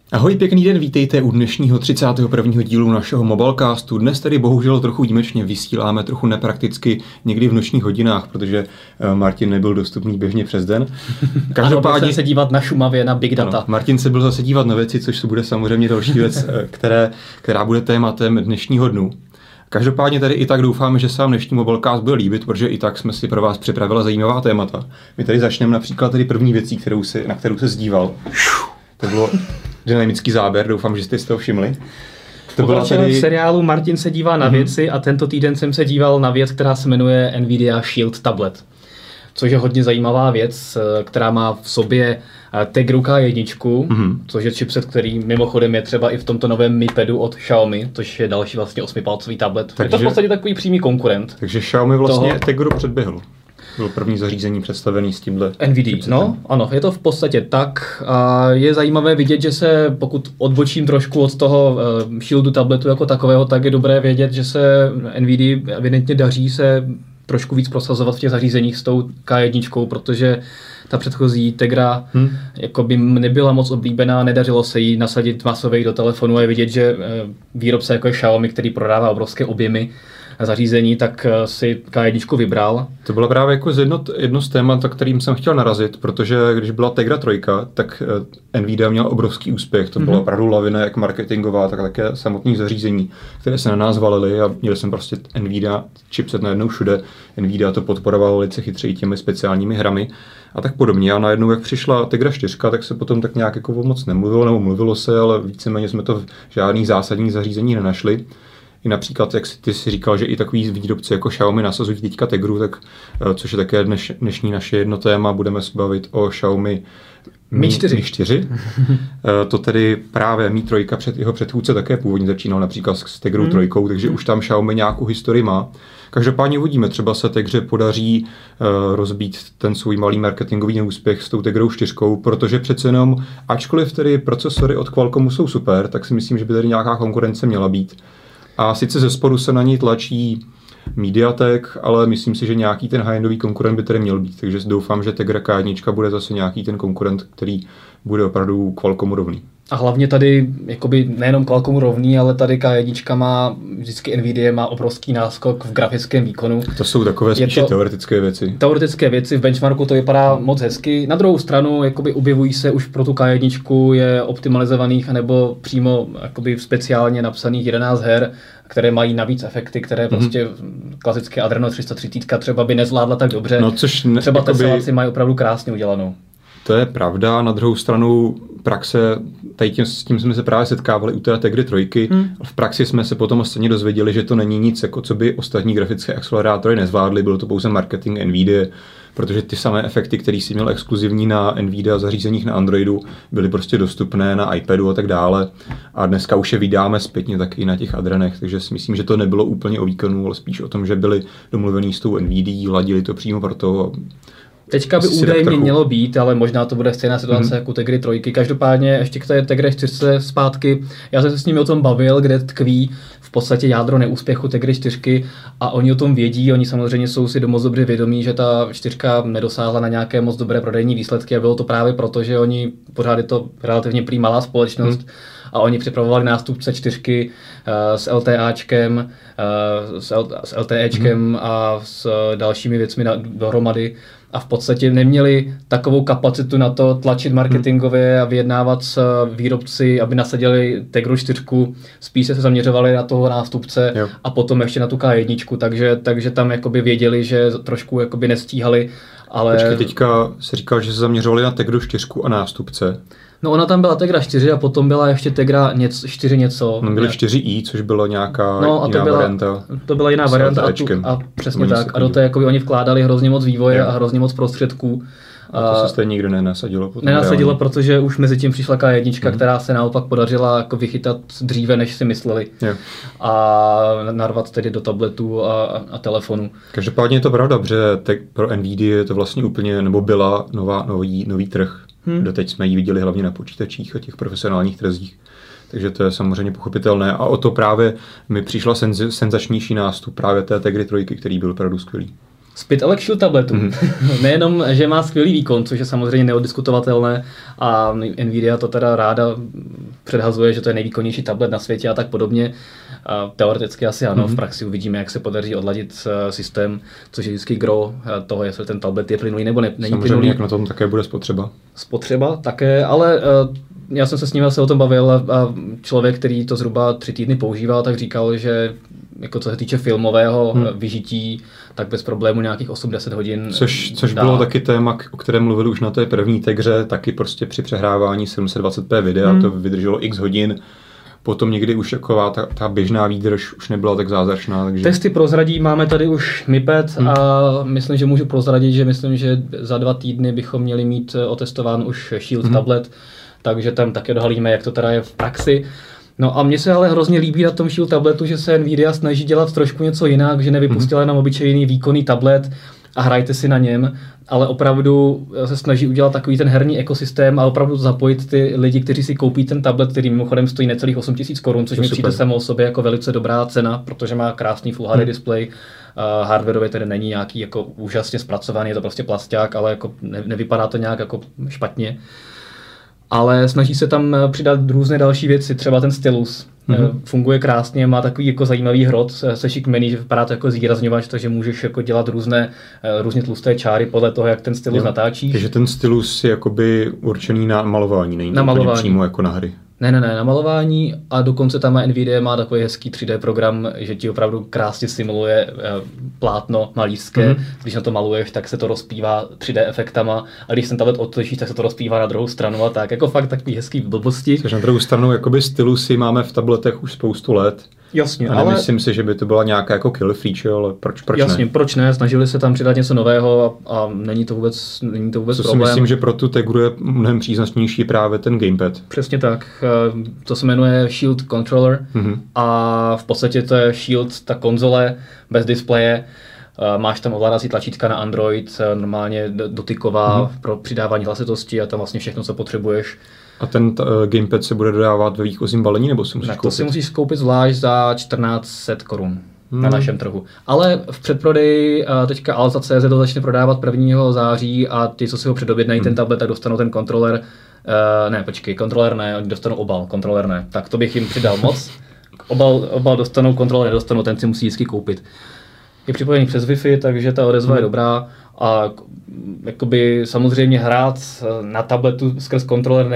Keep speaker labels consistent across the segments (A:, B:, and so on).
A: Ahoj, pěkný den, vítejte u dnešního 31. dílu našeho Mobilecastu. Dnes tedy bohužel trochu výjimečně vysíláme trochu neprakticky někdy v nočních hodinách, protože Martin nebyl dostupný běžně přes den.
B: Každopádně se dívat na Šumavě, na Big Data.
A: Ano, Martin se byl zase dívat na věci, což bude samozřejmě další věc, která bude tématem dnešního dnu. Každopádně tady i tak doufáme, že se vám dnešní Mobilecast bude líbit, protože i tak jsme si pro vás připravili zajímavá témata. My tady začneme například tady první věcí, na kterou se zdíval. To bylo dynamický záběr, doufám, že jste si toho všimli.
B: To bylo tady v seriálu Martin se dívá na věci a tento týden jsem se díval na věc, která se jmenuje Nvidia Shield Tablet. Což je hodně zajímavá věc, která má v sobě Tegru K1, což je chipset, který mimochodem je třeba i v tomto novém Mi Padu od Xiaomi, což je další vlastně 8palcový tablet. Takže, je to v podstatě takový přímý konkurent.
A: Takže Xiaomi vlastně Tegru předběhl. Byl první zařízení představený s tímhle
B: NVIDIA. No, ano, je to v podstatě tak. A je zajímavé vidět, že se, pokud odbočím trošku od toho Shieldu tabletu jako takového, tak je dobré vědět, že se NVIDIA evidentně daří se trošku víc prosazovat v těch zařízeních s tou K1, protože ta předchozí Tegra jakoby nebyla moc oblíbená, nedařilo se jí nasadit masově do telefonu a je vidět, že výrobce jako je Xiaomi, který prodává obrovské objemy zařízení, tak si K1 vybral.
A: To bylo právě jako jedno z témat, na kterým jsem chtěl narazit, protože když byla Tegra 3, tak Nvidia měla obrovský úspěch. To byla opravdu lavina jak marketingová, tak také samotných zařízení, které se na nás valily a měli jsem prostě Nvidia chipset najednou všude. Nvidia to podporovala velice chytře těmi speciálními hrami a tak podobně. A najednou, jak přišla Tegra 4, tak se potom tak nějak jako moc nemluvilo, nebo mluvilo se, ale víceméně jsme to v žádných zásadních zařízení nenašli. I například, jak ty si říkal, že i takový výrobci jako Xiaomi nasazují teďka Tegru, tak, což je také dnešní naše jedno téma, budeme se bavit o Xiaomi Mi 4. To tedy právě Mi 3 před jeho předchůdce také původně začínal například s Tegrou 3, takže už tam Xiaomi nějakou historii má. Každopádně uvidíme, třeba se Tegře podaří rozbít ten svůj malý marketingový neúspěch s tou Tegrou 4, protože přece jenom, ačkoliv tedy procesory od Qualcommu jsou super, tak si myslím, že by tady nějaká konkurence měla být. A sice ze spodu se na ní tlačí Mediatek, ale myslím si, že nějaký ten high-endový konkurent by tady měl být. Takže doufám, že Tegra K1 bude zase nějaký ten konkurent, který bude opravdu Qualcommu rovný.
B: A hlavně tady jakoby nejenom Qualcommu rovný, ale tady K1 má, vždycky Nvidia má obrovský náskok v grafickém výkonu.
A: To jsou takové spíše teoretické věci.
B: Teoretické věci, v benchmarku to vypadá moc hezky. Na druhou stranu jakoby objevují se už pro tu K1 je optimalizovaných nebo přímo jakoby speciálně napsaných 11 her, které mají navíc efekty, které prostě klasické Adreno 330 třeba by nezvládla tak dobře.
A: No, což
B: třeba teselaci mají opravdu krásně udělanou.
A: To je pravda, na druhou stranu praxe, s tím jsme se právě setkávali u té Tegry 3. V praxi jsme se potom stejně dozvěděli, že to není nic, jako co by ostatní grafické akcelerátory nezvládly, bylo to pouze marketing Nvidia, protože ty samé efekty, které si měl exkluzivní na Nvidia zařízeních na Androidu, byly prostě dostupné na iPadu a tak dále. A dneska už je vydáme zpětně taky na těch Adrenech, takže si myslím, že to nebylo úplně o výkonu, ale spíš o tom, že byli domluvení s tou Nvidií, ladili to přímo pro to.
B: Teďka by údajně mělo být, ale možná to bude stejná situace jako Tegry 3. Každopádně ještě k té Tegre 4 zpátky. Já jsem se s nimi o tom bavil, kde tkví v podstatě jádro neúspěchu Tegry 4 a oni o tom vědí. Oni samozřejmě jsou si dost dobře vědomí, že ta 4 nedosáhla na nějaké moc dobré prodejní výsledky a bylo to právě proto, že oni pořád je to relativně prý malá společnost a oni připravovali nástupce 4 s LTAčkem, s LTEčkem a s dalšími věcmi dohromady. A v podstatě neměli takovou kapacitu na to tlačit marketingově a vyjednávat s výrobci, aby nasadili Tegru 4. Spíš se zaměřovali na toho nástupce a potom ještě na tu K1, takže tam jakoby věděli, že trošku jakoby nestíhali. Ale...
A: Počkej, teďka se říkal, že se zaměřovali na Tegru 4 a nástupce.
B: No ona tam byla Tegra 4 a potom byla ještě Tegra 4 něco.
A: No byly 4i, což byla nějaká jiná varianta.
B: To byla jiná varianta a přesně tak. A do té jakoby oni vkládali hrozně moc vývoje a hrozně moc prostředků.
A: A to se stejně nikdo nenasadilo.
B: Nenasadilo, protože už mezi tím přišla K1, která se naopak podařila jako vychytat dříve, než si mysleli. A narvat tedy do tabletu a telefonu.
A: Každopádně je to pravda, že pro Nvidia je to vlastně úplně, nebo byla nový trh. Doteď jsme ji viděli hlavně na počítačích a těch profesionálních trzích. Takže to je samozřejmě pochopitelné. A o to právě mi přišla senzačnější nástup právě té Tegry 3, který byl opravdu skvělý.
B: Spit Elec Shield tabletu. Nejenom, že má skvělý výkon, což je samozřejmě neoddiskutovatelné a Nvidia to teda ráda předhazuje, že to je nejvýkonnější tablet na světě a tak podobně. A teoreticky asi ano, v praxi uvidíme, jak se podaří odladit systém, což je vždycky gro toho, jestli ten tablet je plynulý nebo není
A: samozřejmě,
B: plynulý.
A: Jak na tom také bude spotřeba.
B: Spotřeba také, ale já jsem se s ním o tom bavil a člověk, který to zhruba 3 týdny používal, tak říkal, že jako co se týče filmového vyžití, tak bez problému nějakých 8-10 hodin.
A: Což bylo taky téma, o kterém mluvil už na té první tegře, taky prostě při přehrávání 720p videa, to vydrželo x hodin. Potom někdy už taková ta běžná výdrž už nebyla tak zázračná. Takže...
B: Testy prozradí, máme tady už MIPED a myslím, že můžu prozradit, že myslím, že za 2 týdny bychom měli mít otestován už Shield tablet, takže tam také dohalíme, jak to teda je v praxi. No a mně se ale hrozně líbí na tom Shield tabletu, že se Nvidia snaží dělat trošku něco jinak, že nevypustila jenom obyčejný výkonný tablet a hrajte si na něm, ale opravdu se snaží udělat takový ten herní ekosystém a opravdu zapojit ty lidi, kteří si koupí ten tablet, který mimochodem stojí necelých 8 000 korun, což mi přijde samo o sobě jako velice dobrá cena, protože má krásný Full HD display. Hardwareově tedy není nějaký jako úžasně zpracovaný, je to prostě plasták, ale jako nevypadá to nějak jako špatně. Ale snaží se tam přidat různé další věci, třeba ten stylus. Funguje krásně, má takový jako zajímavý hrot se šikmení, že vypadá to jako zvýrazňovač, takže můžeš jako dělat různě tlusté čáry podle toho, jak ten stylus natáčíš.
A: Takže ten stylus je jakoby určený na malování, není to úplně přímo jako na hry.
B: Ne, na malování a dokonce tam Nvidia má takový hezký 3D program, že ti opravdu krásně simuluje plátno malířské. Když na to maluješ, tak se to rozpívá 3D efektama a když ten tablet otočíš, tak se to rozpívá na druhou stranu a tak. Jako fakt takový hezký blbosti.
A: Takže na druhou stranu jakoby stylusy máme v tabletech už spoustu let.
B: Jasně,
A: ale nemyslím si, že by to byla nějaká jako kill feature, ale proč
B: jasně,
A: ne?
B: Proč ne? Snažili se tam přidat něco nového a není to vůbec problém.
A: Myslím, že pro tu tegru je mnohem příznačnější právě ten gamepad.
B: Přesně tak. To se jmenuje Shield Controller a v podstatě to je Shield, ta konzole bez displeje. Máš tam ovládací tlačítka na Android, normálně dotyková pro přidávání hlasitosti a tam vlastně všechno, co potřebuješ.
A: A ten gamepad se bude dodávat ve výchozím balení, nebo si musíš koupit?
B: To si musíš koupit zvlášť za 1400 korun na našem trhu. Ale v předprodeji teďka Alza.cz to začne prodávat 1. září a ty, co si ho předobjednají ten tablet, tak dostanou ten kontroler. Kontroler ne, oni dostanou obal, kontroler ne. Tak to bych jim přidal moc. Obal dostanou, kontroler nedostanou, ten si musí vždycky koupit. Je připojený přes Wi-Fi, takže ta odezva je dobrá. A jakoby samozřejmě hrát na tabletu skrz kontroler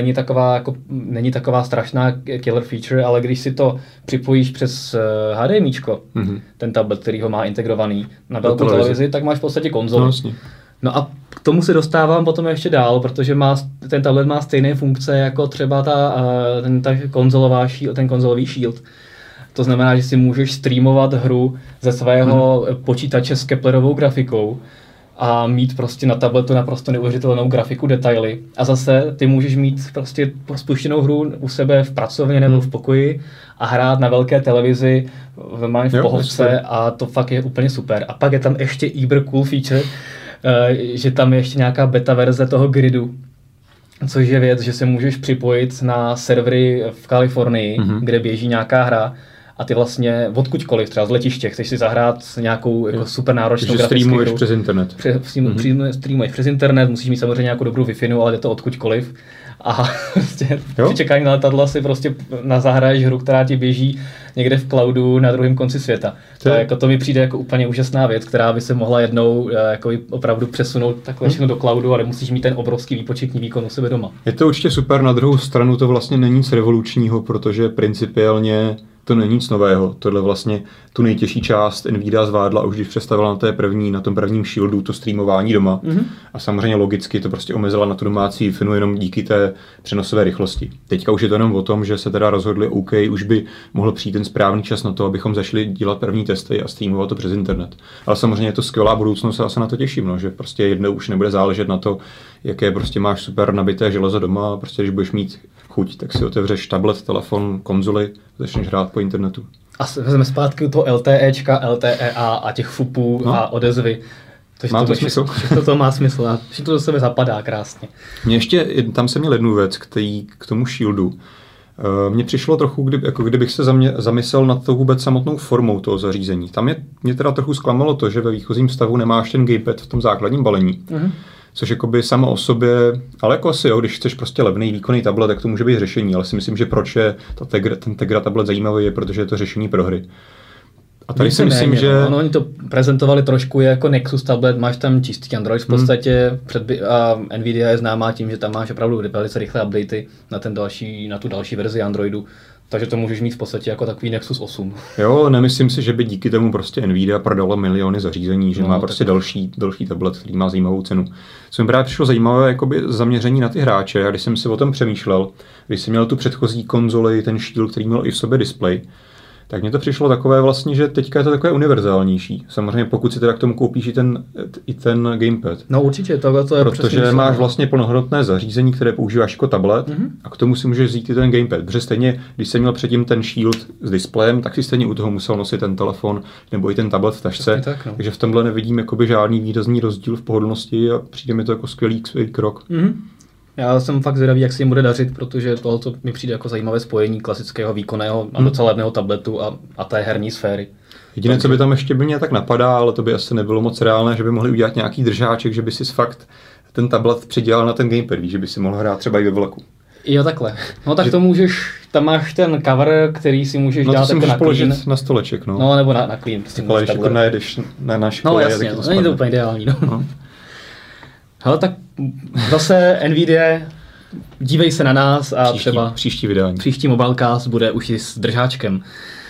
B: není taková strašná killer feature, ale když si to připojíš přes HDMIčko, ten tablet, který ho má integrovaný na velkou televizi, tak máš v podstatě konzoli. No a k tomu se dostávám potom ještě dál, protože ten tablet má stejné funkce jako třeba ten konzolový Shield. To znamená, že si můžeš streamovat hru ze svého počítače s Keplerovou grafikou a mít prostě na tabletu naprosto neuvěřitelnou grafiku, detaily. A zase ty můžeš mít prostě spuštěnou hru u sebe v pracovně nebo v pokoji a hrát na velké televizi v pohovce a to fakt je úplně super. A pak je tam ještě uber cool feature, že tam je ještě nějaká beta verze toho gridu. Což je věc, že se můžeš připojit na servery v Kalifornii, kde běží nějaká hra a ty vlastně odkudkoliv, třeba z letiště, chceš si zahrát nějakou jako super náročnou grafickou hru.
A: Streamuješ přes internet.
B: Streamuješ přes internet, musíš mít samozřejmě nějakou dobrou Wi-Fi, ale jde to odkudkoliv. A prostě při čekání na letadla si prostě zahraješ hru, která ti běží někde v cloudu na druhém konci světa. To mi přijde jako úplně úžasná věc, která by se mohla jednou jako opravdu přesunout takhle všechno do cloudu, ale musíš mít ten obrovský výpočetní výkon u sebe doma.
A: Je to určitě super, na druhou stranu to vlastně není nic revolučního, protože principiálně to není nic nového. Tohle vlastně tu nejtěžší část Nvidia zvládla už když představila na tom prvním Shieldu to streamování doma. A samozřejmě logicky to prostě omezila na tu domácí Wi-Fi jenom díky té přenosové rychlosti. Teďka už je to jenom o tom, že se teda rozhodli, OK, už by mohl přijít ten správný čas na to, abychom zašli dělat první testy a streamovat to přes internet. Ale samozřejmě je to skvělá budoucnost a se na to těším, no, že prostě jednou už nebude záležet na to, jaké prostě máš super nabité železo doma, prostě když budeš mít chuť, tak si otevřeš tablet, telefon, konzoli, začneš hrát po internetu.
B: A vezmeme zpátky toho LTEčka, LTEA a těch FUPů a odezvy.
A: Má to smysl.
B: To má smysl a všechno to do sebe zapadá krásně.
A: Tam jsem měl jednu věc k tomu Shieldu. Mně přišlo trochu, kdybych se zamyslel nad tou vůbec samotnou formou toho zařízení. Tam mě teda trochu zklamalo to, že ve výchozím stavu nemáš ten gamepad v tom základním balení. Což jakoby samo o sobě, ale jako asi jo, když chceš prostě levný výkonný tablet, tak to může být řešení, ale si myslím, že proč je ten Tegra tablet zajímavý, je, protože je to řešení pro hry. A tady si myslím, že...
B: Oni to prezentovali trošku jako Nexus tablet, máš tam čistý Android v podstatě a Nvidia je známá tím, že tam máš opravdu velice rychlé updaty na tu další verzi Androidu. Takže to můžeš mít v podstatě jako takový Nexus 8.
A: Jo, nemyslím si, že by díky tomu prostě Nvidia prodala miliony zařízení, že má prostě další tablet, který má zajímavou cenu. Co mi právě přišlo zajímavé jakoby zaměření na ty hráče, a když jsem si o tom přemýšlel, když jsem měl tu předchozí konzoli, ten Shield, který měl i v sobě display, tak mně to přišlo takové vlastně, že teďka je to takové univerzálnější. Samozřejmě pokud si teda k tomu koupíš i ten gamepad.
B: No určitě, tohle to je
A: protože máš vlastně plnohodnotné zařízení, které používáš jako tablet a k tomu si můžeš vzít i ten gamepad. Protože stejně, když jsem měl předtím ten Shield s displejem, tak si stejně u toho musel nosit ten telefon nebo i ten tablet v tašce.
B: Tak, no.
A: Takže v tomhle nevidím jakoby žádný výrazný rozdíl v pohodlnosti a přijde mi to jako skvělý krok.
B: Já jsem fakt zvědavý, jak se jim bude dařit, protože tohoto mi přijde jako zajímavé spojení klasického výkonného a docela levného tabletu a té herní sféry.
A: Jediné, co by tam ještě by mě tak napadá, ale to by asi nebylo moc reálné, že by mohli udělat nějaký držáček, že by si fakt ten tablet přidělal na ten gamepad, víš, že by si mohl hrát třeba i ve vlaku.
B: Jo, takhle. No tak to můžeš, tam máš ten cover, který si můžeš dát jako na
A: položit na stoleček, no.
B: No, nebo na clean.
A: Ale když jako najedeš na náš
B: no jasně, to není to úplně ideální, no. Hele, tak zase Nvidia, dívej se na nás a třeba
A: příští vydání.
B: Příští Mobilecast bude už i s držáčkem.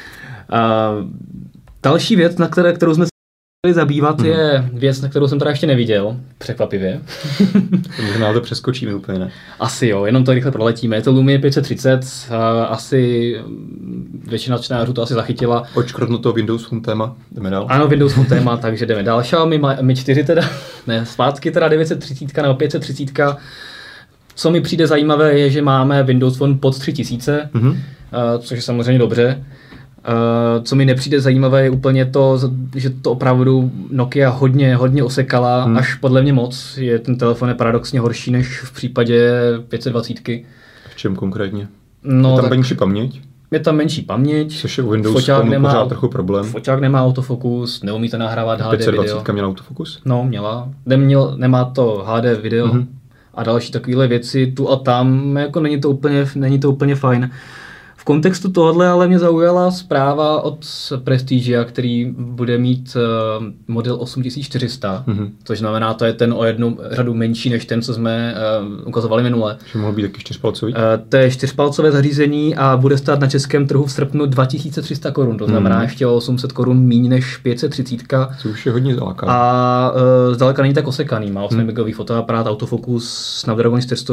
B: Další věc, kterou jsme se chtěli zabývat, je věc, na kterou jsem teda ještě neviděl, překvapivě.
A: Možná to přeskočíme úplně, ne?
B: Asi jo, jenom to rychle proletíme. Je to Lumia 530, asi většina čtenářů to asi zachytila.
A: Očkrtnuto Windows Phone téma, jdeme dál.
B: Ano, Windows Phone téma, takže jdeme dál. Xiaomi Mi 4 teda, ne, zpátky teda 930 nebo 530. Co mi přijde zajímavé je, že máme Windows Phone pod 3000, což je samozřejmě dobře. Co mi nepřijde zajímavé je úplně to, že to opravdu Nokia hodně osekala, až podle mě moc. Ten telefon je paradoxně horší než v případě 520.
A: V čem konkrétně?
B: No,
A: je tam menší paměť?
B: Je tam menší paměť.
A: Což je u Windows Phone pořád trochu problém.
B: Foťák nemá autofokus, neumí to nahrávat HD
A: 520
B: video.
A: měla autofokus?
B: No, měla. Nemá to HD video a další takovéhle věci tu a tam, jako není to úplně fajn. V kontextu tohohle ale mě zaujala zpráva od Prestigia, který bude mít model 8400, což znamená, to je ten o jednu řadu menší než ten, co jsme ukazovali minule.
A: Že mohl být taky čtyřpalcový?
B: To je čtyřpalcové zařízení a bude stát na českém trhu v srpnu 2300 korun, to znamená ještě o 800 korun míň než 530.
A: Co už je hodně zdaleka.
B: A zdaleka není tak osekaný, má 8 megový fotoaparát, autofokus, Snapdragon 400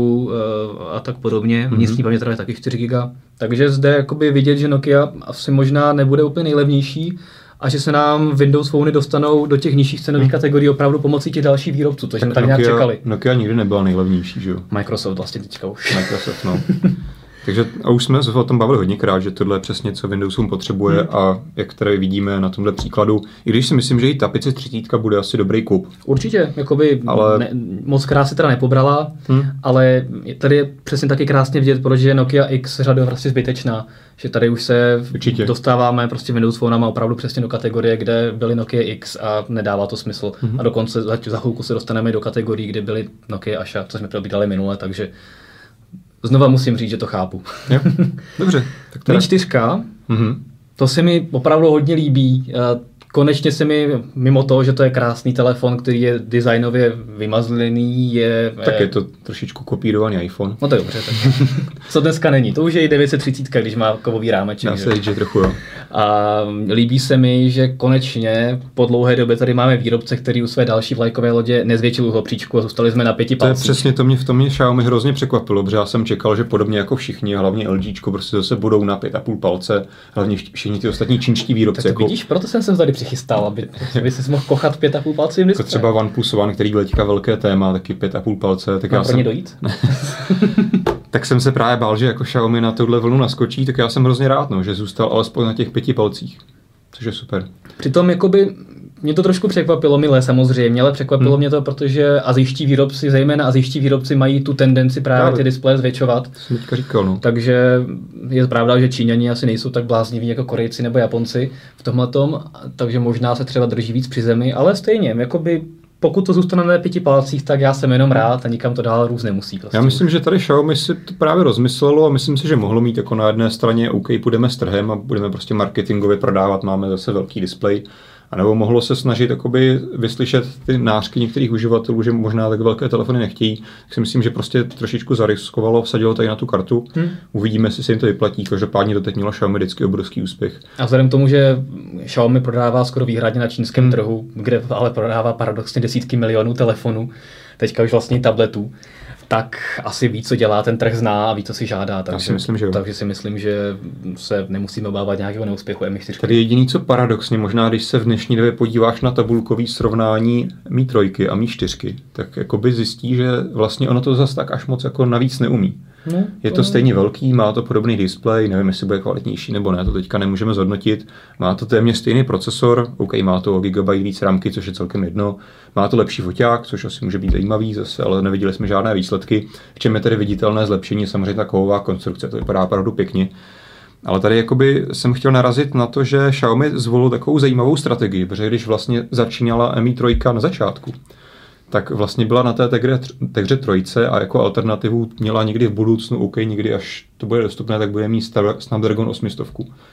B: a tak podobně, vnitřní paměť je taky 4 GB. Takže zde jakoby vidět, že Nokia asi možná nebude úplně nejlevnější a že se nám Windows Phony dostanou do těch nižších cenových kategorií opravdu pomocí těch dalších výrobců, což jsme tak nějak čekali.
A: Nokia nikdy nebyla nejlevnější, že jo?
B: Microsoft vlastně teďka už.
A: Microsoft, no. Takže a už jsme se o tom bavili hodněkrát, že tohle je přesně, co Windows Phone potřebuje a jak tady vidíme na tomhle příkladu, i když si myslím, že i ta 530 bude asi dobrý kup.
B: Určitě, jakoby moc krásy teda nepobrala, ale tady je přesně taky krásně vidět, protože Nokia X řada prostě zbytečná, že tady už se dostáváme prostě Windows Phonama opravdu přesně do kategorie, kde byly Nokia X a nedává to smysl. A dokonce za chvilku se dostaneme do kategorii, kde byly Nokia Asha, co jsme probírali minule, takže znova musím říct, že to chápu.
A: Jo, dobře.
B: Tak teda... Mi 4, to se mi opravdu hodně líbí. Konečně se mi, mimo toho, že to je krásný telefon, který je designově vymazlený,
A: tak je to trošičku kopírovaný iPhone.
B: No to je dobře. Tak. Co dneska není? To už je i 930, když má kovový rámeček.
A: Dá se říct, že trochu jo.
B: A líbí se mi, že konečně po dlouhé době tady máme výrobce, který u své další vlajkové lodě nezvětšil uhlopříčku a zůstali jsme na 5 palcích.
A: To je přesně to mě v tom Xiaomi hrozně překvapilo, protože já jsem čekal, že podobně jako všichni, hlavně LGčko, prostě zase budou na 5,5 palce, hlavně všichni ty ostatní čínští výrobci.
B: Tak to vidíš, proto jsem se tady přichystal, aby si mohl kochat 5,5 palcovým
A: displejem. Třeba OnePlus One, který byl teďka velké téma, taky 5,5 palce. Tak
B: já pro ně dojít?
A: Tak jsem se právě bál, že jako Xiaomi na tuhle vlnu naskočí, tak já jsem hrozně rád, že zůstal alespoň na těch 5 palcích, což je super.
B: Přitom jakoby Mě to trošku překvapilo, milé samozřejmě, ale překvapilo mě to, protože asijští výrobci, zejména asijští výrobci mají tu tendenci právě ty displeje zvětšovat.
A: Jsem teďka říkal, no.
B: Takže je pravda, že Číňani asi nejsou tak blázniví jako Korejci nebo Japonci v tomhletom, takže možná se třeba drží víc při zemi, ale stejně, jakoby pokud to zůstane na 5 palcích, tak já jsem jenom rád a nikam to dál růst nemusí. Prostě.
A: Já myslím, že tady Xiaomi si to právě rozmyslelo a myslím si, že mohlo mít jako na jedné straně OK, půjdeme s trhem a budeme prostě marketingově prodávat, máme zase velký displej. A nebo mohlo se snažit jakoby vyslyšet ty nářky některých uživatelů, že možná tak velké telefony nechtějí, tak si myslím, že prostě trošičku zariskovalo, vsadilo tady na tu kartu. Uvidíme, jestli se jim to vyplatí. Každopádně doteď mělo Xiaomi vždycky obrovský úspěch.
B: A vzhledem k tomu, že Xiaomi prodává skoro výhradně na čínském trhu, kde ale prodává paradoxně desítky milionů telefonů, teďka už vlastně tabletů, tak asi ví, co dělá, ten trh zná a ví, co si žádá. Takže si myslím, že se nemusíme obávat nějakého neúspěchu Mi4.
A: Tady jediný, co paradoxně, možná když se v dnešní době podíváš na tabulkový srovnání Mi 3 a Mi 4, tak jakoby zjistí, že vlastně ono to zase tak až moc jako navíc neumí. Je to stejně velký, má to podobný displej, nevím, jestli bude kvalitnější nebo ne, to teďka nemůžeme zhodnotit. Má to téměř stejný procesor, OK, má to o gigabyte víc rámky, což je celkem jedno. Má to lepší foťák, což asi může být zajímavý zase, ale neviděli jsme žádné výsledky. V čem je tedy viditelné zlepšení, samozřejmě ta kovová konstrukce, to vypadá opravdu pěkně. Ale tady jakoby jsem chtěl narazit na to, že Xiaomi zvolil takovou zajímavou strategii, protože když vlastně začínala Mi 3 na začátku, tak vlastně byla na té Tegře 3 a jako alternativu měla někdy v budoucnu, OK, někdy až to bude dostupné, tak bude mít Snapdragon 800.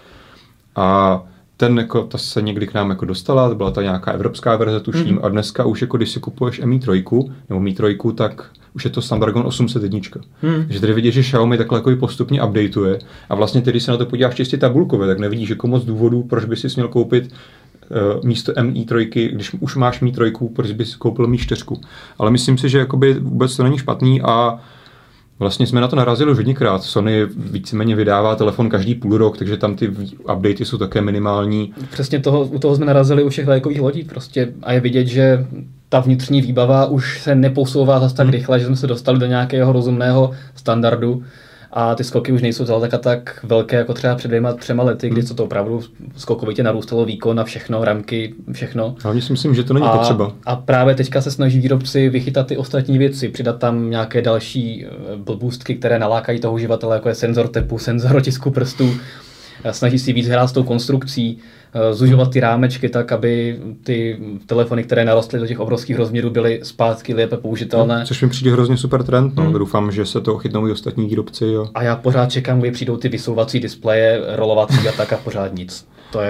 A: A ta se někdy k nám jako dostala, to byla ta nějaká evropská verze, tuším, a dneska už jako když si kupuješ Mi 3 nebo Mi 3, tak už je to Snapdragon 801. Takže tady vidíš, že Xiaomi takhle jako postupně updateuje a vlastně ty, když se na to podíváš čistě tabulkově, tak nevidíš jako moc důvodů, proč by si měl koupit místo Mi 3, když už máš Mi 3, proč bys si koupil Mi 4. Ale myslím si, že jakoby vůbec to není špatný a vlastně jsme na to narazili už hodněkrát. Sony víceméně vydává telefon každý půl rok, takže tam ty updaty jsou také minimální.
B: Přesně u toho jsme narazili u všech vlajkových lodí prostě a je vidět, že ta vnitřní výbava už se neposouvá zase tak rychle, že jsme se dostali do nějakého rozumného standardu. A ty skoky už nejsou zdaleka tak velké jako třeba před 2-3 lety, kdy to opravdu skokovitě narůstalo výkon a všechno, ramky, všechno.
A: Hlavně si myslím, že to není potřeba.
B: A právě teďka se snaží výrobci vychytat ty ostatní věci, přidat tam nějaké další blboostky, které nalákají toho uživatele, jako je senzor tepu, senzor otisku prstů. Snaží si víc hrát s tou konstrukcí, zužovat ty rámečky tak, aby ty telefony, které narostly do těch obrovských rozměrů, byly zpátky lépe použitelné.
A: Což mi přijde hrozně super trend, doufám, že se to chytnou i ostatní výrobci. Jo.
B: A já pořád čekám, kdy přijdou ty vysouvací displeje, rolovací a tak a pořád nic.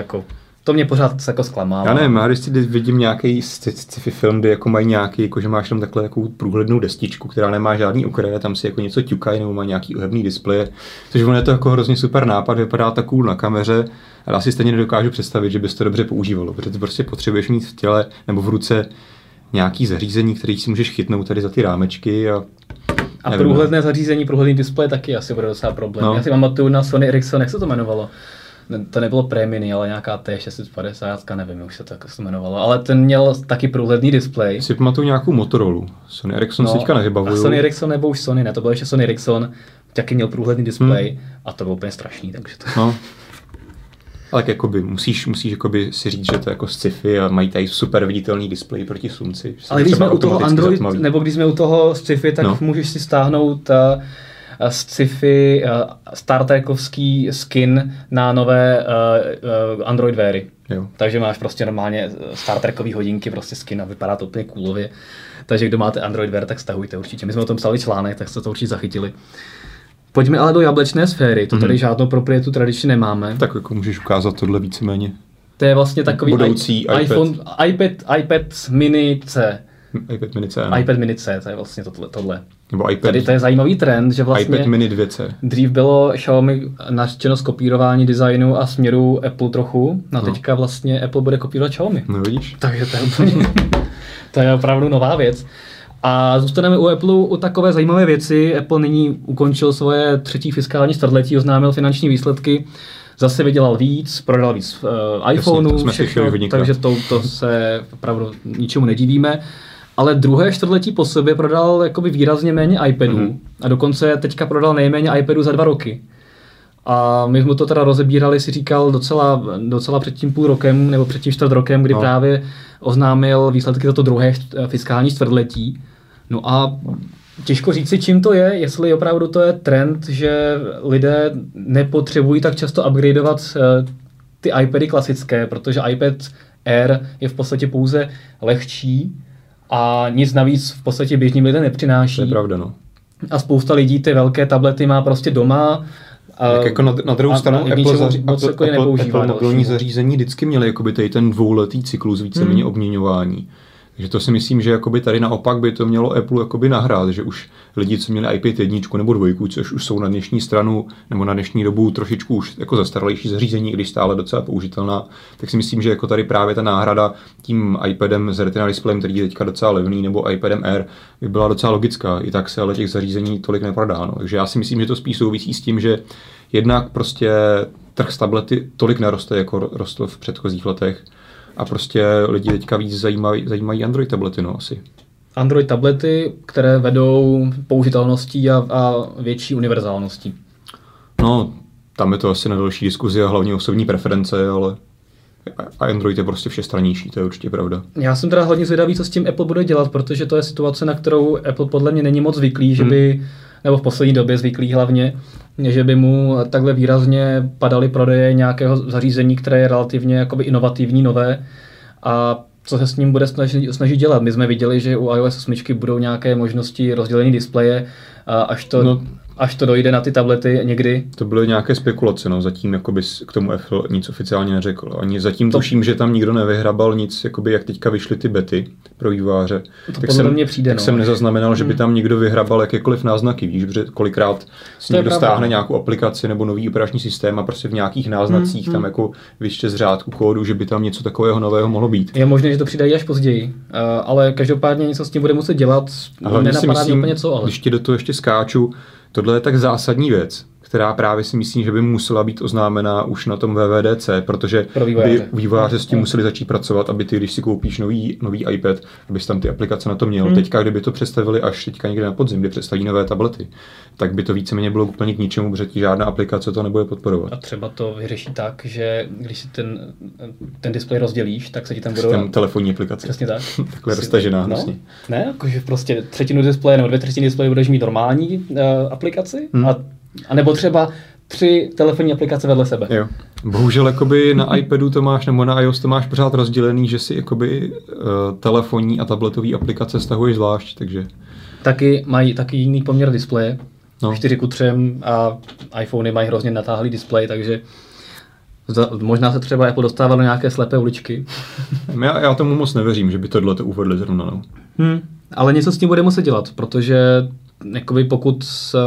B: To mě pořád jako zklamává.
A: Já nevím, když si vidím nějaký sci-fi film, kde jako mají nějaký, jako že máš tam takhle jako průhlednou destičku, která nemá žádný okraje, tam si jako něco ťukají nebo má nějaký uhebný displeje, což ono je to jako hrozně super nápad, vypadá tak cool na kameře, ale asi stejně nedokážu představit, že bys to dobře používalo, protože ty prostě potřebuješ mít v těle nebo v ruce nějaký zařízení, který si můžeš chytnout tady za ty rámečky
B: a průhledné zařízení, průhledný displej taky asi bude docela problém. Já si pamatuju na Sony Ericsson, jak se to jmenovalo? To nebylo Premini, ale nějaká T650, nevím, jak se to jmenovalo, ale ten měl taky průhledný displej.
A: Si pamatuju nějakou Motorola, Sony Ericsson si teďka nevybavuju.
B: A Sony Ericsson nebo už Sony, ne, to byl ještě Sony Ericsson, taky měl průhledný displej a to bylo úplně strašný, takže to...
A: No. Ale tak jakoby musíš jakoby si říct, že to je jako sci-fi a mají tady super viditelný displej proti slunci.
B: Ale když jsme u toho Android, nebo když jsme u toho sci-fi, tak můžeš si stáhnout sci-fi Star Trekovský skin na nové Android Weary. Takže máš prostě normálně Star Trekový hodinky, prostě skin a vypadá to úplně coolově. Takže kdo máte Android Wear, tak stahujte určitě. My jsme o tom psali článek, tak jste to určitě zachytili. Pojďme ale do jablečné sféry, to tady žádnou proprietu tradičně nemáme.
A: Tak jako můžeš ukázat tohle víceméně.
B: To je vlastně takový
A: budoucí
B: iPad Mini C.
A: iPad Mini C.
B: iPad Mini C, to je vlastně tohle.
A: Nebo iPad,
B: tady to je zajímavý trend, že vlastně
A: iPad Mini 2C.
B: Dřív bylo Xiaomi nařčeno z kopírování designu a směru Apple trochu, teďka vlastně Apple bude kopírovat Xiaomi.
A: No vidíš.
B: Takže to je úplně, to je opravdu nová věc. A zůstaneme u Apple u takové zajímavé věci. Apple nyní ukončil svoje 3. fiskální čtvrtletí, oznámil finanční výsledky. Zase vydělal víc, prodal víc iPhoneů, všechno, takže to se opravdu ničemu nedivíme. Ale druhé čtvrtletí po sobě prodal jakoby výrazně méně iPadů a dokonce teďka prodal nejméně iPadů za 2 roky. A my jsme to teda rozebírali, si říkal, docela před tím půl rokem, nebo před tím čtvrt rokem, kdy právě oznámil výsledky za to druhé fiskální čtvrtletí. No a těžko říct si, čím to je, jestli opravdu to je trend, že lidé nepotřebují tak často upgradeovat ty iPady klasické, protože iPad Air je v podstatě pouze lehčí a nic navíc v podstatě běžným lidem nepřináší.
A: To je pravda, no.
B: A spousta lidí ty velké tablety má prostě doma.
A: Tak jako na druhou stranu Apple mobilní zařízení vždycky měly jakoby tady ten dvouletý cyklus víceméně obměňování. Takže to si myslím, že jakoby tady naopak by to mělo Apple jakoby nahrát, že už lidi, co měli iPad 1 nebo 2, což už jsou na dnešní stranu nebo na dnešní dobu trošičku už jako zastaralejší zařízení, když stále docela použitelná, tak si myslím, že jako tady právě ta náhrada tím iPadem s Retina displejem, který je teďka docela levný, nebo iPadem Air, by byla docela logická. I tak se ale těch zařízení tolik neprodá. No. Takže já si myslím, že to spíš souvisí s tím, že jednak prostě trh s tablety tolik neroste, jako rostl v předchozích letech. A prostě lidi teďka víc zajímají Android tablety, no asi.
B: Android tablety, které vedou použitelností a větší univerzálností.
A: No, tam je to asi na další diskuzi a hlavně osobní preference, ale Android je prostě všestrannější, to je určitě pravda.
B: Já jsem teda hodně zvědavý, co s tím Apple bude dělat, protože to je situace, na kterou Apple podle mě není moc zvyklý, že by, nebo v poslední době zvyklý hlavně, že by mu takhle výrazně padaly prodeje nějakého zařízení, které je relativně jakoby inovativní, nové, a co se s ním bude snažit dělat. My jsme viděli, že u iOS 8 budou nějaké možnosti rozdělení displeje, až to dojde na ty tablety někdy.
A: To byly nějaké spekulace, no, zatím jakoby k tomu Apple nic oficiálně neřekl. Ani zatím tuším, že tam nikdo nevyhrabal nic, jakoby jak teďka vyšly ty bety pro vývojáře. Tak jsem nezaznamenal, že by tam někdo vyhrabal jakékoliv náznaky, víš, protože kolikrát si někdo stáhne nějakou aplikaci nebo nový operační systém a prostě v nějakých náznacích tam jako vyště z řádku kódu, že by tam něco takového nového mohlo být.
B: Je možné, že to přidají až později, ale každopádně něco s tím bude muset dělat. Nenapadá mi úplně co, ale
A: když ti do toho ještě skáču, tohle je tak zásadní věc, která právě si myslím, že by musela být oznámena už na tom WWDC, protože by vývojáři s tím museli začít pracovat, aby ty, když si koupíš nový iPad, abys tam ty aplikace na to měl. Teďka, kdyby to představili až teďka někde na podzim, kdy představí nové tablety, tak by to víceméně bylo úplně k ničemu, protože ti žádná aplikace to nebude podporovat.
B: A třeba to vyřeší tak, že když si ten displej rozdělíš, tak se ti tam budou
A: tam telefonní aplikace.
B: Přesně tak.
A: Takhle roztažená.
B: No, ne, jakože prostě třetinu displeje nebo 2/3 displeje budeš mít normální aplikaci a nebo třeba 3 telefonní aplikace vedle sebe.
A: Jo. Bohužel jakoby na iPadu to máš, nebo na iOS to máš pořád rozdělený, že si jakoby telefonní a tabletové aplikace stahuješ zvlášť, takže...
B: Taky mají taky jiný poměr displeje, 4:3 a iPhony mají hrozně natáhlý displej, takže možná se třeba Apple dostával do nějaké slepé uličky.
A: Já tomu moc nevěřím, že by tohle to uvedli zrovna. No.
B: Ale něco s tím bude muset dělat, protože jakoby pokud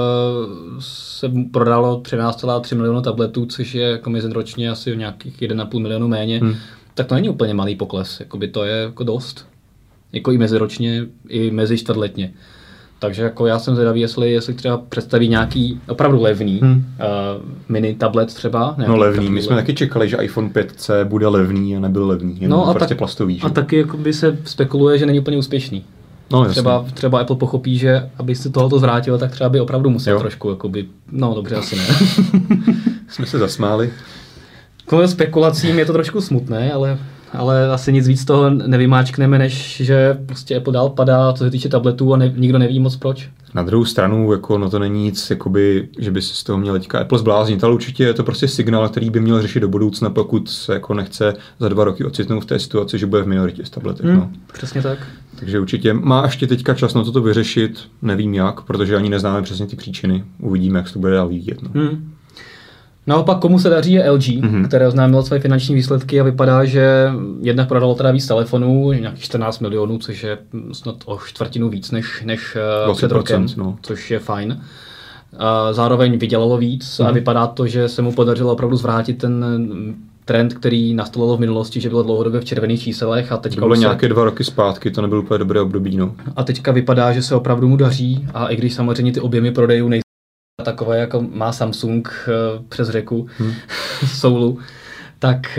B: se prodalo 13,3 milionu tabletů, což je jako meziročně asi o nějakých 1,5 milionu méně, tak to není úplně malý pokles. Jakoby to je jako dost. Jako i meziročně, i mezi čtvrtletně. Takže jako já jsem zvědavý, jestli třeba představí nějaký opravdu levný mini tablet třeba.
A: No levný, my jsme taky čekali, že iPhone 5C bude levný a nebyl levný, jenom prostě plastový.
B: A taky jakoby se spekuluje, že není úplně úspěšný.
A: No,
B: třeba Apple pochopí, že aby si tohoto zvrátil, tak třeba by opravdu musel trošku, jakoby, no dobře, asi ne.
A: Jsme se zasmáli.
B: Kvůli spekulacím je to trošku smutné, ale asi nic víc toho nevymáčkneme, než že prostě Apple dál padá, co se týče tabletů a nikdo neví moc proč.
A: Na druhou stranu, jako, no to není nic, jakoby, že by se z toho měl teďka Apple zbláznit, ale určitě je to prostě signál, který by měl řešit do budoucna, pokud se jako nechce za 2 roky ocitnout v té situaci, že bude v minoritě z tabletech. No.
B: Přesně tak.
A: Takže určitě má ještě teďka čas na to vyřešit, nevím jak, protože ani neznáme přesně ty příčiny. Uvidíme, jak se to bude dál vyvíjet. No.
B: Naopak, komu se daří, je LG, které oznámilo své finanční výsledky a vypadá, že jednak prodalo teda víc telefonů, nějakých 14 milionů, což je snad o 1/4 víc než před rokem, což je fajn. Zároveň vydělalo víc a vypadá to, že se mu podařilo opravdu zvrátit ten trend, který nastolilo v minulosti, že bylo dlouhodobě v červených číselech. A teďka
A: to bylo nějaké 2 roky zpátky, to nebylo úplně dobré období. No.
B: A teďka vypadá, že se opravdu mu daří, a i když samozřejmě ty objemy prodejů nejsou takové, jako má Samsung přes řeku Soulu, tak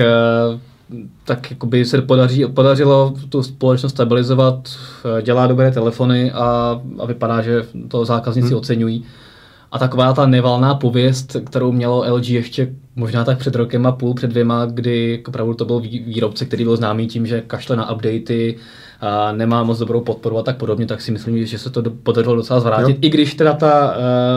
B: jakoby se podařilo tu společnost stabilizovat, dělá dobré telefony a vypadá, že to zákazníci oceňují. A taková ta nevalná pověst, kterou mělo LG ještě možná tak před rokem a půl, před 2, kdy opravdu to byl výrobce, který byl známý tím, že kašle na updaty, a nemá moc dobrou podporu a tak podobně, tak si myslím, že se to podařilo docela zvrátit. Jo. I když teda ta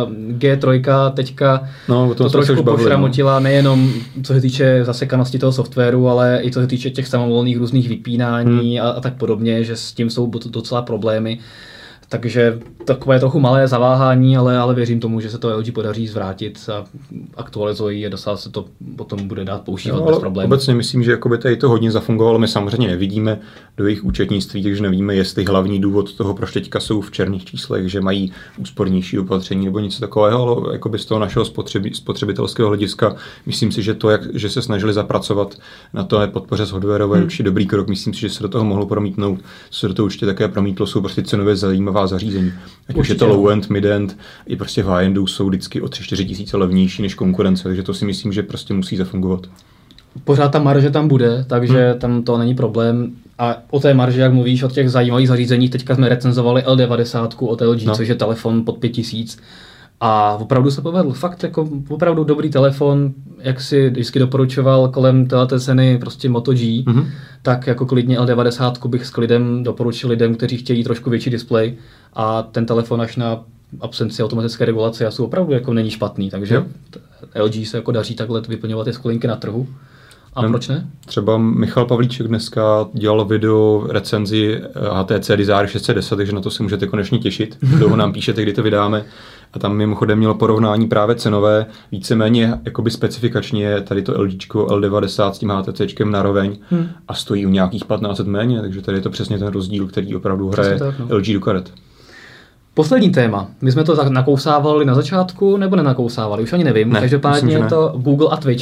B: G3 teďka to trošku pošramotila, nejenom co se týče zasekanosti toho softwaru, ale i co se týče těch samovolných různých vypínání a tak podobně, že s tím jsou docela problémy. Takže takové trochu malé zaváhání, ale věřím tomu, že se to LG podaří zvrátit a aktualizují a dostat se to potom bude dát používat bez problémů.
A: Obecně myslím, že tady to hodně zafungovalo. My samozřejmě nevidíme do jejich účetnictví, takže nevíme, jestli hlavní důvod toho, proč teďka jsou v černých číslech, že mají úspornější opatření nebo něco takového, ale z toho našeho spotřebitelského hlediska myslím si, že to, že se snažili zapracovat na to podpoře softwarové, je určitě dobrý krok. Myslím si, že se do toho mohlo promítnout. Co se do toho určitě také promítlo, jsou prostě cenově zajímavá zařízení. Ať už je to low-end, mid-end, i prostě v high-endu jsou vždycky o 3-4 tisíce levnější než konkurence, takže to si myslím, že prostě musí zafungovat.
B: Pořád ta marže tam bude, takže tam to není problém. A o té marži, jak mluvíš, od těch zajímavých zařízení, teďka jsme recenzovali L90 od LG, což je telefon pod 5000. A opravdu se povedl, fakt jako opravdu dobrý telefon, jak si vždycky doporučoval kolem této ceny prostě Moto G, tak jako klidně L90 bych s klidem doporučil lidem, kteří chtějí trošku větší displej a ten telefon až na absenci automatické regulace asi opravdu jako není špatný, takže LG se jako daří takhle vyplňovat ty sklinky na trhu. A proč ne?
A: Třeba Michal Pavlíček dneska dělal video recenzi HTC Desire 610, takže na to se můžete konečně těšit. Dlouho nám píšete, kdy to vydáme. A tam mimochodem mělo porovnání právě cenové, víceméně jakoby specifikačně tady to LGčko L90 s tím HTCčkem naroveň a stojí u nějakých 1500 méně, takže tady je to přesně ten rozdíl, který opravdu hraje LG do karet.
B: Poslední téma. My jsme to nakousávali na začátku, nebo nenakousávali, už ani nevím. Každopádně je to Google a Twitch.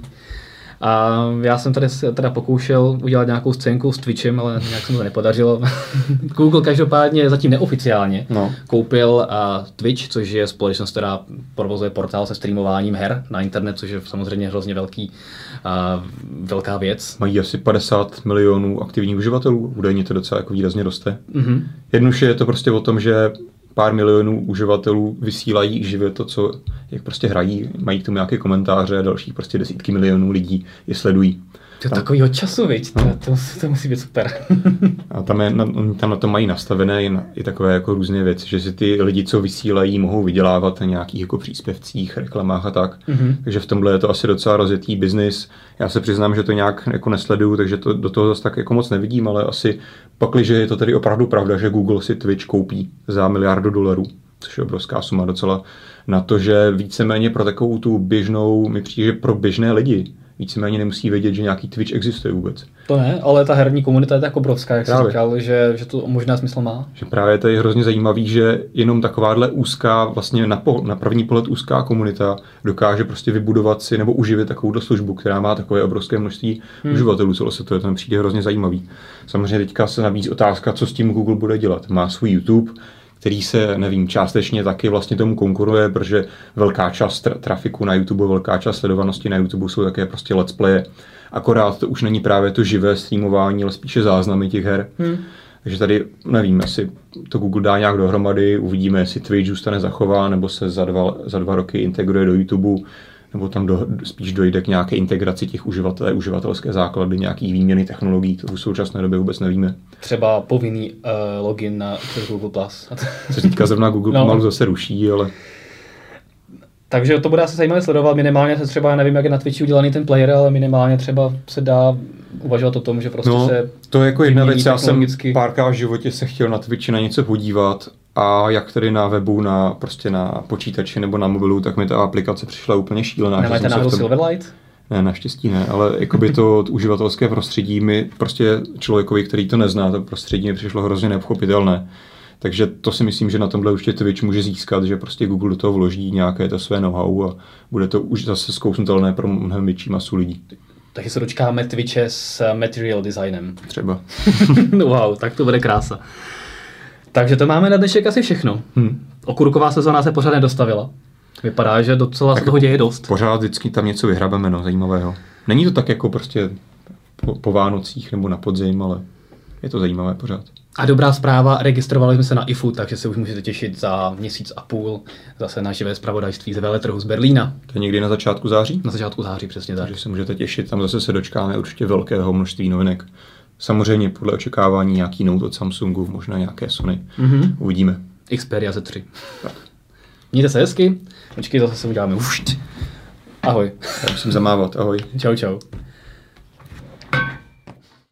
B: A já jsem tady teda pokoušel udělat nějakou scénku s Twitchem, ale nějak se mu to nepodařilo. Google každopádně zatím neoficiálně koupil Twitch, což je společnost, která provozuje portál se streamováním her na internet, což je samozřejmě hrozně velká věc. Mají asi 50 milionů aktivních uživatelů, údajně to docela jako výrazně roste. Jednoduše je to prostě o tom, že pár milionů uživatelů vysílají živě to, jak prostě hrají, mají k tomu nějaké komentáře a dalších prostě desítky milionů lidí je sledují. To je takovýho času, viď? To musí být super.
A: A tam na to mají nastavené i takové jako různé věci, že si ty lidi, co vysílají, mohou vydělávat na nějakých jako příspěvcích, reklamách a tak. Takže v tomhle je to asi docela rozjetý biznis. Já se přiznám, že to nějak jako nesleduju, takže do toho zase tak jako moc nevidím, ale asi pakliže je to tedy opravdu pravda, že Google si Twitch koupí za $1 miliardu, což je obrovská suma docela, na to, že víceméně pro takovou tu běžnou, mi přijde, že pro běžné lidi víceméně nemusí vědět, že nějaký Twitch existuje vůbec.
B: To ne, ale ta herní komunita je tak obrovská, jak jsi říkal, že to možná smysl má.
A: Že právě to je hrozně zajímavý, že jenom takováhle úzká, vlastně na první pohled úzká komunita dokáže prostě vybudovat si nebo uživit takovou službu, která má takové obrovské množství uživatelů celosvětově. To mi přijde hrozně zajímavý. Samozřejmě teďka se nabízí otázka, co s tím Google bude dělat. Má svůj YouTube, který se, nevím, částečně taky vlastně tomu konkuruje, protože velká část trafiku na YouTube, velká část sledovanosti na YouTube jsou také prostě let's playe. Akorát to už není právě to živé streamování, ale spíše záznamy těch her. Takže tady nevím, jestli to Google dá nějak dohromady, uvidíme, jestli Twitch zůstane zachován, nebo se za dva roky integruje do YouTube, nebo tam spíš dojde k nějaké integraci těch uživatelské základy, nějakých výměny technologií, to v současné době vůbec nevíme.
B: Třeba povinný login přes Google+.
A: Co teďka zrovna Google pomalu zase ruší, ale...
B: Takže to bude asi zajímavé sledovat, minimálně se třeba, nevím, jak je na Twitchi udělaný ten player, ale minimálně třeba se dá uvažovat o tom, že prostě se...
A: To je jako jedna věc, já jsem párkrát v životě se chtěl na Twitchi na něco podívat a jak tedy na webu, na počítači nebo na mobilu, tak mi ta aplikace přišla úplně šílená.
B: Nemáte náhodou Silverlight?
A: Ne, naštěstí ne, ale jakoby to uživatelské prostředí mi prostě člověkovi, který to nezná, to prostředí mi přišlo hrozně nepochopitelné. Takže to si myslím, že na tomhle určitě Twitch může získat, že prostě Google do toho vloží nějaké to své know-how a bude to už zase zkousnutelné pro mnohem větší masu lidí.
B: Takže se dočkáme Twitche s material designem.
A: Třeba.
B: Wow, tak to bude krása. Takže to máme na dnešek asi všechno. Okurková sezóna se pořád nedostavila. Vypadá, že docela se toho děje dost.
A: Pořád vždycky tam něco vyhrabeme, zajímavého. Není to tak jako prostě po Vánocích nebo na podzim, ale je to zajímavé pořád.
B: A dobrá zpráva, registrovali jsme se na IFU, takže se už můžete těšit za měsíc a půl zase na živé zpravodajství z veletrhu z Berlína.
A: To je někdy na začátku září?
B: Na začátku září, přesně tak.
A: Takže se můžete těšit, tam zase se dočkáme určitě velkého množství novinek. Samozřejmě podle očekávání nějaký Note od Samsungu, možná nějaké Sony. Uvidíme.
B: Xperia Z3. Mějte se hezky, počkej, zase se uděláme. Ahoj.
A: Já musím zamávat, ahoj.
B: Čau, čau.